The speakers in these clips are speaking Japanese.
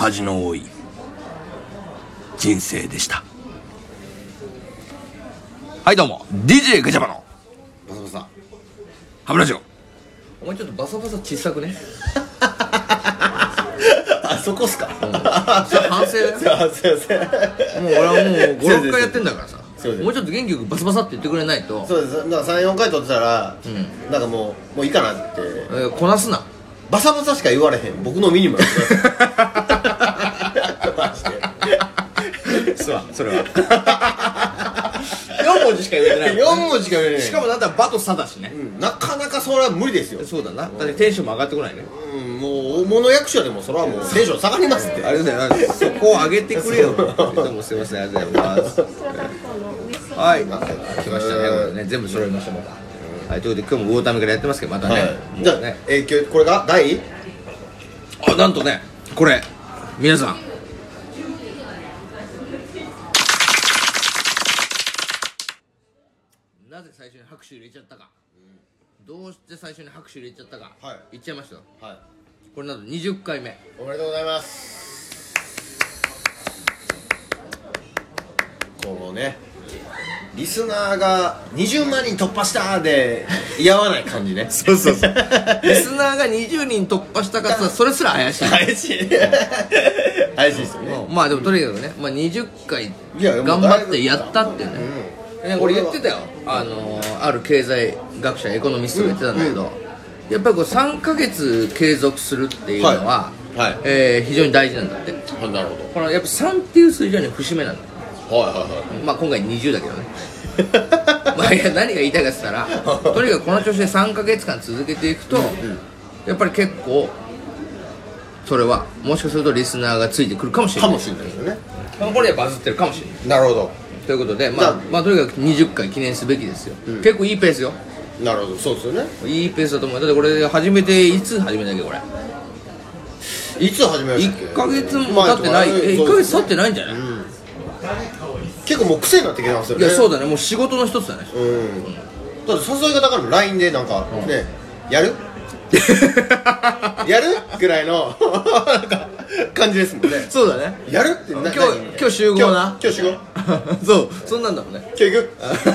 恥の多い人生でした。はいどうも DJ ガチャバのバサバサハブラジオ。 お前ちょっとバサバサ小さくね。 あそこっすか。 それ反省だよ。 すいませんもう俺はもう5、6回やってんだからさ。 そうですもうちょっと元気よくバサバサって言ってくれないと。 そうです。なんか3、4回撮ってたら、なんかもういいかなって、 こなすな。 バサバサしか言われへん僕の身にもやってください。 それは4文字しか言えてない 4文字しか言えない。 しかもなんだバとサだしね。 なかなかそれは無理ですよ。 そうだな。だってテンションも上がってこないね。 もう大物役者でもそれはもうテンション下がりますって。 あれだよ、そこを上げてくれよ。どうもすいません、ありがとうございます。はい、来ましたね、これね、全部揃いましたまた。はい、ということで今日も魚民からやってますけど、またね。 じゃあ今日これが第なんとね、これ皆さんなぜ最初に拍手入れちゃったか、どうして最初に拍手入れちゃったか、言っちゃいましたよ。これなど20回目。 おめでとうございます。こうね、リスナーが20万人突破したで居合わない感じね。 そうそうそう。リスナーが20人突破したかつそれすら怪しい。 怪しい怪しいですよね。 まあでもとにかくね、まあ、20回頑張ってやったってね。これ言ってたよ。ある経済学者エコノミストが言ってたんだけど、やっぱりこう3ヶ月継続するっていうのは、非常に大事なんだって。 なるほど。 このやっぱ3っていう数字はね節目なんだ。まあ今回20だけどね。まあいや何が言いたいかって言ったら、とにかくこの調子で3ヶ月間続けていくと、やっぱり結構それはもしかするとリスナーがついてくるかもしれない。 かもしれないですよね。 これはバズってるかもしれない。 なるほど。 ということで、まあとにかく20回記念すべきですよ。結構いいペースよ。 なるほど、そうですよね。 いいペースだと思う。だってこれ始めていつ始めたっけこれ。 いつ始めましたっけ。 1ヶ月も経ってない。1ヶ月経ってないんじゃない。 結構もう癖になってきてますよね。 いやそうだね、もう仕事の一つだね。 だって誘い方からの LINE でなんかね、やるやるぐらいのなんか感じですもんね。 そうだね。 やるって今日集合な。 今日集合そうそんなんだもんね。 今日行く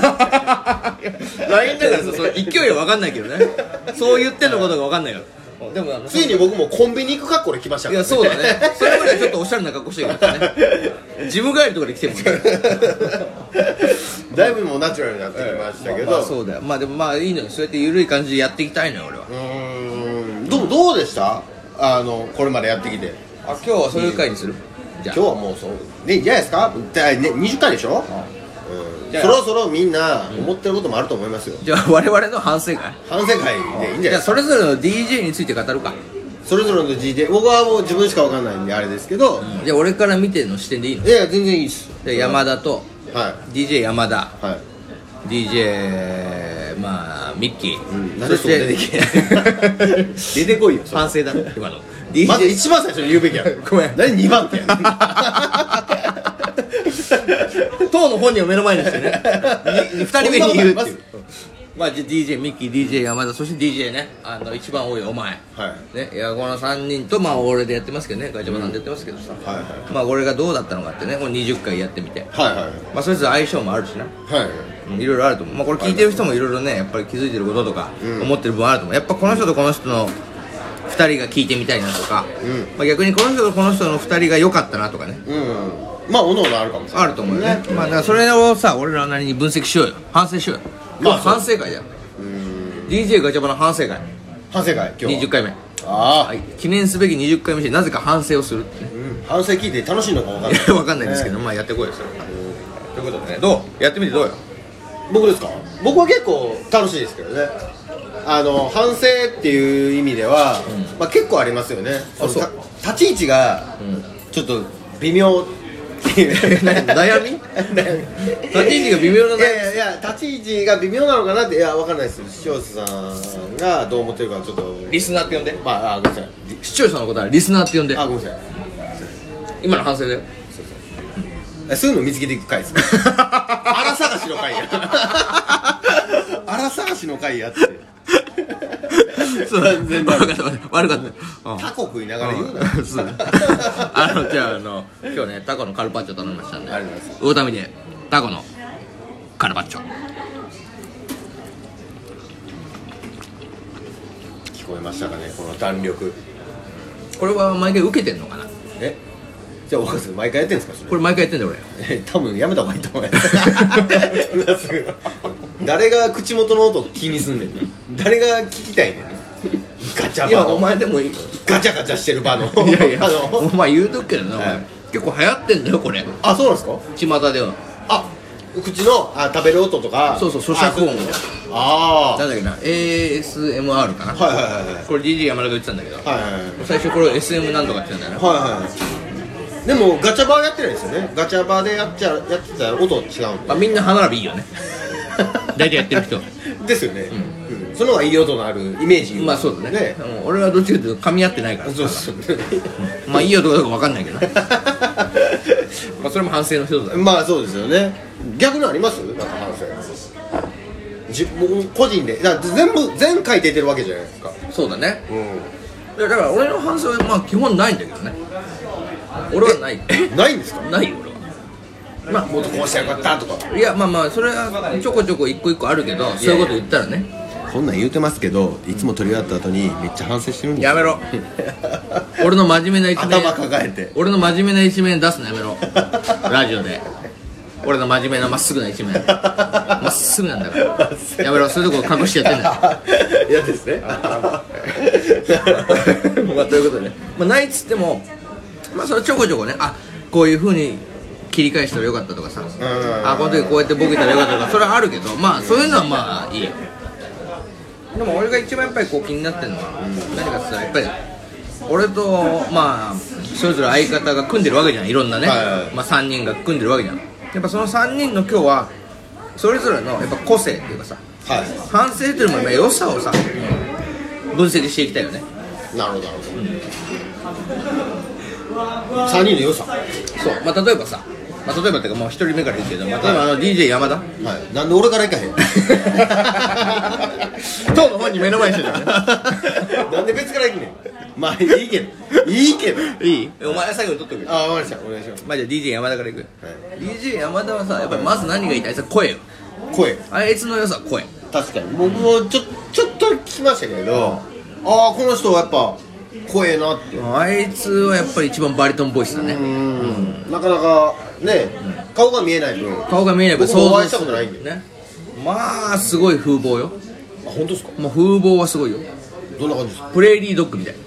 LINE だからさ、それ勢いは分かんないけどね。そう言ってんのことが分かんないから。でもついに僕もコンビニ行く格好で来ましたから。 いやそうだね。それぐらいちょっとおしゃれな格好してるからね。ジム帰りとかで来てるもんね。 だいぶもうナチュラルになってきましたけど。 そうだよ。まあでもまあいいのよ。そうやって緩い感じでやっていきたいのよ俺は。 どうでした？これまでやってきて。 今日はそういう回にする。 じゃあ今日はもうそうね、いいんじゃないですか。20回でしょ。そろそろみんな思ってることもあると思いますよ。 じゃあ我々の反省会。 反省会でいいんじゃないですか。 それぞれの DJ について語るか。 それぞれの DJ、僕はもう自分しか分かんないんであれですけど、 じゃあ俺から見ての視点でいいの？ いや全然いいっす。 で山田と DJ 山田、DJ まあミッキー、 そして出てこいよ。 反省だね今の。 まず一番最初に言うべきや。 ごめん。 何2番手や。 当の本人を目の前にしてね、2人目に言うっていう。まあ DJ ミッキー、DJ 山田、そして DJ ね、一番多いお前ね、いやこの3人とまあ俺でやってますけどね、ガチャバさんでやってますけどさ、まあ俺がどうだったのかってね、これ20回やってみて、まあそれぞれ相性もあるしな、いろいろあると思う。まあこれ聞いてる人もいろいろね、やっぱり気づいてることとか思ってる部分あると思う。やっぱこの人とこの人の2人が聞いてみたいなとか、まあ逆にこの人とこの人の2人が良かったなとかね、 まあおのおのあるかもしれない。 あると思うよね。まあだからそれをさ、俺らなりに分析しようよ。反省しようよ。まあ反省会だよ。DJ ガチャバの反省会。 反省会今日 20回目。記念すべき20回目してなぜか反省をするってね。 反省聞いて楽しいのか分かんない。 分かんないですけど、まあやってこいよそれ。ということでね、どうやってみてどうよ。 僕ですか？僕は結構楽しいですけどね。反省っていう意味では、まあ結構ありますよね。立ち位置がちょっと微妙っていう悩み？立ち位置が微妙な。 いや立ち位置が微妙なのかなって。いや分かんないです。視聴者さんがどう思ってるかちょっと。 リスナーって呼んで。 ごめんなさい。 視聴者のことはリスナーって呼んで。 ごめんなさい。 今の反省だよ。 そういうの見つけていく回です。荒探しの回や。荒探しの回やって。 そう完全なる悪かったタコ食いながら言うなそうじゃあ今日ねタコのカルパッチョ頼みましたんで、 ありがとうございます魚民でタコのカルパッチョ聞こえましたかね、この弾力。 これは毎回受けてんのかな。 じゃあ、岡さん毎回やってんですか、それ。 これ毎回やってんだよ多分やめた方がいいと思うよ今すぐ誰が口元の音気にすんねん。誰が聞きたいねん。ガチャ俺。いやバのお前でもいい。 ガチャガチャしてる場のいやいやお前言うとくけどな、 はい結構流行ってんだよこれ。 あ、そうなんですか。 巷では。 あ、口の食べる音とか。 そう咀嚼音みたいな。 あなんだっけな ASMR かな。 はいはいはいはい。 これ DJ 山田が言ってたんだけど、 はいはいはい最初これ SM なんとかって言ってたんだよね。 はいはい。でもガチャバーやってないですよね。ガチャバーでやってたら音違うんで。 まあ、みんな歯並びいいよね大体やってる人ですよね。その方がいい音のあるイメージ。 まあそうだね。俺はどっちかというと噛み合ってないからそうそう。 まあいい音かどうか分かんないけどまあそれも反省の一つだよ。 まあそうですよね。逆にあります？なんか反省。僕個人で全回出てるわけじゃないですか。 そうだね。だから俺の反省はまあ基本ないんだけどね。俺はない。 ないんですか？ ないよ俺は。まあもっとこうしたらよかったとか。 いやまあまあそれはちょこちょこ一個一個あるけど、そういうこと言ったらね。 そんなん言うてますけど、いつも撮り終わった後にめっちゃ反省してるんですよ。 やめろ俺の真面目な一面頭抱えて。 俺の真面目な一面出すのやめろラジオで。俺の真面目なまっすぐな一面まっすぐなんだからやめろ。そういうとこ隠してやってんだよ嫌ですね。 まあということでね、まあ、ないっつってもまあそれちょこちょこね、あこういう風に切り返したらよかったとかさ、あこの時こうやってボケたらよかったとか、それはあるけど、まあそういうのはまあいいよ。でも俺が一番やっぱりこう気になってるのは何かって言ったら、やっぱり俺とまあそれぞれ相方が組んでるわけじゃん、いろんなね、まあ3人が組んでるわけじゃん。やっぱその3人の今日はそれぞれのやっぱ個性っていうかさ、反省というよりもやっぱ良さをさ分析していきたいよね。 なるほどなるほど。3人の良さ。 そう、まあ例えばさ、まあ、例えばっていうかもう1人目から言うけど、まあ、例えばDJ 山田、 なんで俺から行かへん当の本人目の前にしてたよねなんで別から行くねん。まあいいけどいいお前は最後に取っとくよ。 あ、わかりました、お願いします。 まあじゃあ DJ 山田からいくよ、DJ 山田はさ、やっぱりまず何が言いたい？声よ。 声。 あいつの良さは声。 確かに僕もちょっと聞きましたけど、ああこの人はやっぱ声なって。 あいつはやっぱり一番バリトンボイスだね。 なかなかね、顔が見えない分、 顔が見えない分僕もお会いしたことないんでね。まあすごい風貌よ。 あ、本当ですか？ もう風貌はすごいよ。 どんな感じですか？ プレーリードッグみたい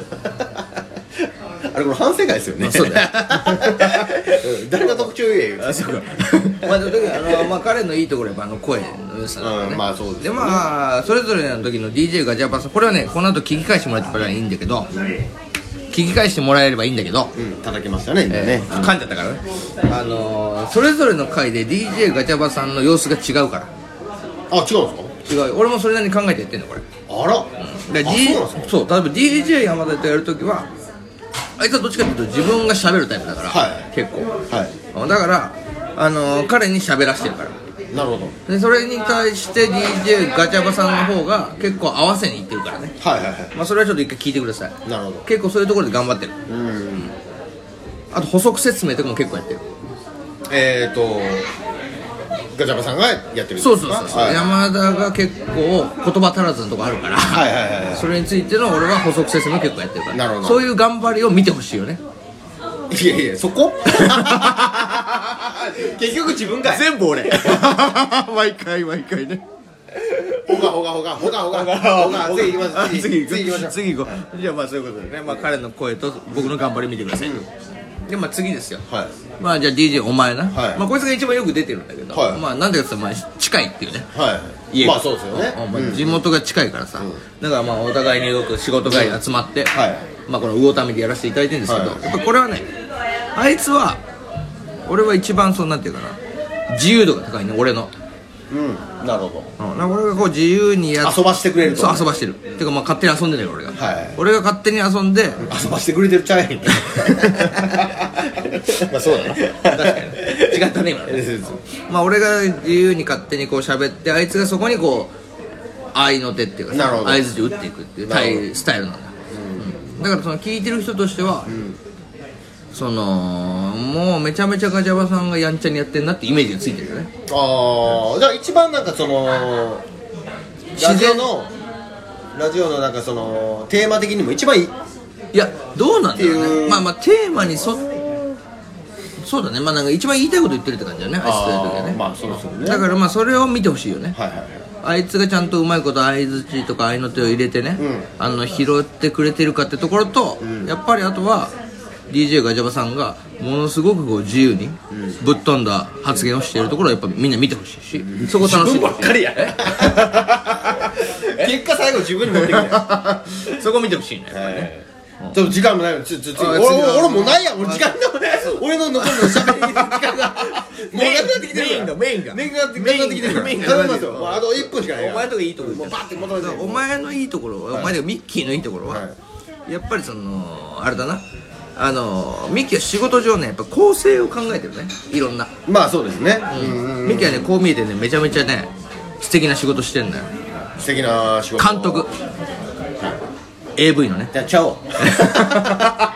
あれこれ反省会ですよね。 そうだよ誰が特徴言えよ。 あ、そうかまあ、まあ彼のいいところはやっぱ声の良さだからね。 まあそうですね。 でまあそれぞれの時の DJ ガチャバさん、これはねこの後聞き返してもらってらいいんだけど、聞き返してもらえればいいんだけど、 叩きましたね今ね。 噛んじゃったからね。それぞれの回で DJ ガチャバさんの様子が違うから。 あ、違うんですか？ 違う、俺もそれなりに考えてやってんだこれ。 あら、 でそう、例えば DJ 山田とやるときはあいつはどっちかというと自分が喋るタイプだから、結構、だから彼に喋らせてるから。 なるほど。 でそれに対して DJ ガチャバさんの方が結構合わせにいってるからね。まあそれはちょっと一回聞いてください。 なるほど。 結構そういうところで頑張ってる。あと補足説明とかも結構やってる。 ガチャバさんがやってる。 そう、山田が結構言葉足らずのとこあるから、それについての俺は補足説明結構やってるから。 なるほど。 そういう頑張りを見てほしいよね。 いやそこ結局自分かい。 全部俺毎回ね。 ほが次行きましょう。次行きましょう。 次行こう。じゃあまあそういうことでね、まあ彼の声と僕の頑張り見てください。でまあ次ですよ。まあじゃあ DJ お前な。まあこいつが一番よく出てるんだけど、まあなんでかって言ったらまあ近いっていうね。 まあそうですよね。 地元が近いからさ、だからまあお互いによく仕事帰り集まって、まあこの魚民でやらせていただいてるんですけど、やっぱこれはね、あいつは俺は一番そうなんていうかな、自由度が高いね、俺の。 なるほど。 俺がこう自由に遊ばしてくれると。 そう、遊ばしてるてかまあ勝手に遊んでるよ俺が。俺が勝手に遊んで遊ばしてくれてるちゃえへん。まあそうだな。 確かに違ったね今ね。まあ俺が自由に勝手にこう喋って、あいつがそこにこう合いの手っていうかさ、合図で打っていくっていうスタイルなんだ、だからその聞いてる人としては、そのもうめちゃめちゃガジャバさんがやんちゃにやってんなってイメージがついてるよね。 ああ、じゃあ一番なんかそのラジオのなんかそのテーマ的にも一番いやどうなんだろうね。まあテーマにそうだね、まあなんか一番言いたいこと言ってるって感じだね、あいつとやる時はね。 まあそうですよね。 だからまあそれを見てほしいよね。 はいはいはい。 あいつがちゃんとうまいこと相づちとか合いの手を入れてね、拾ってくれてるかってところと、やっぱりあとは DJ ガジャバさんがものすごくこう自由にぶっ飛んだ発言をしているところはやっぱみんな見てほしいし、そこ楽しい。 自分ばっかりや結果最後自分に持ってきてそこ見てほしいね。 ちょっと時間もないよ。俺もうないやん。俺時間の俺の残りの喋り時間がもうなくなってきてるから。メインがなくなってきてるから。頼みますよ。あと1分しかない。 お前のとこいいところ、 もうバッて戻れて。 お前のいいところは、お前のミッキーのいいところはやっぱりそのあれだな、ミッキーは仕事上ねやっぱ構成を考えてるね、いろんな。 まあそうですね。 ミッキーはねこう見えてねめちゃめちゃね素敵な仕事してんだよ。 素敵な仕事。 監督AV のね。 じゃあチャオ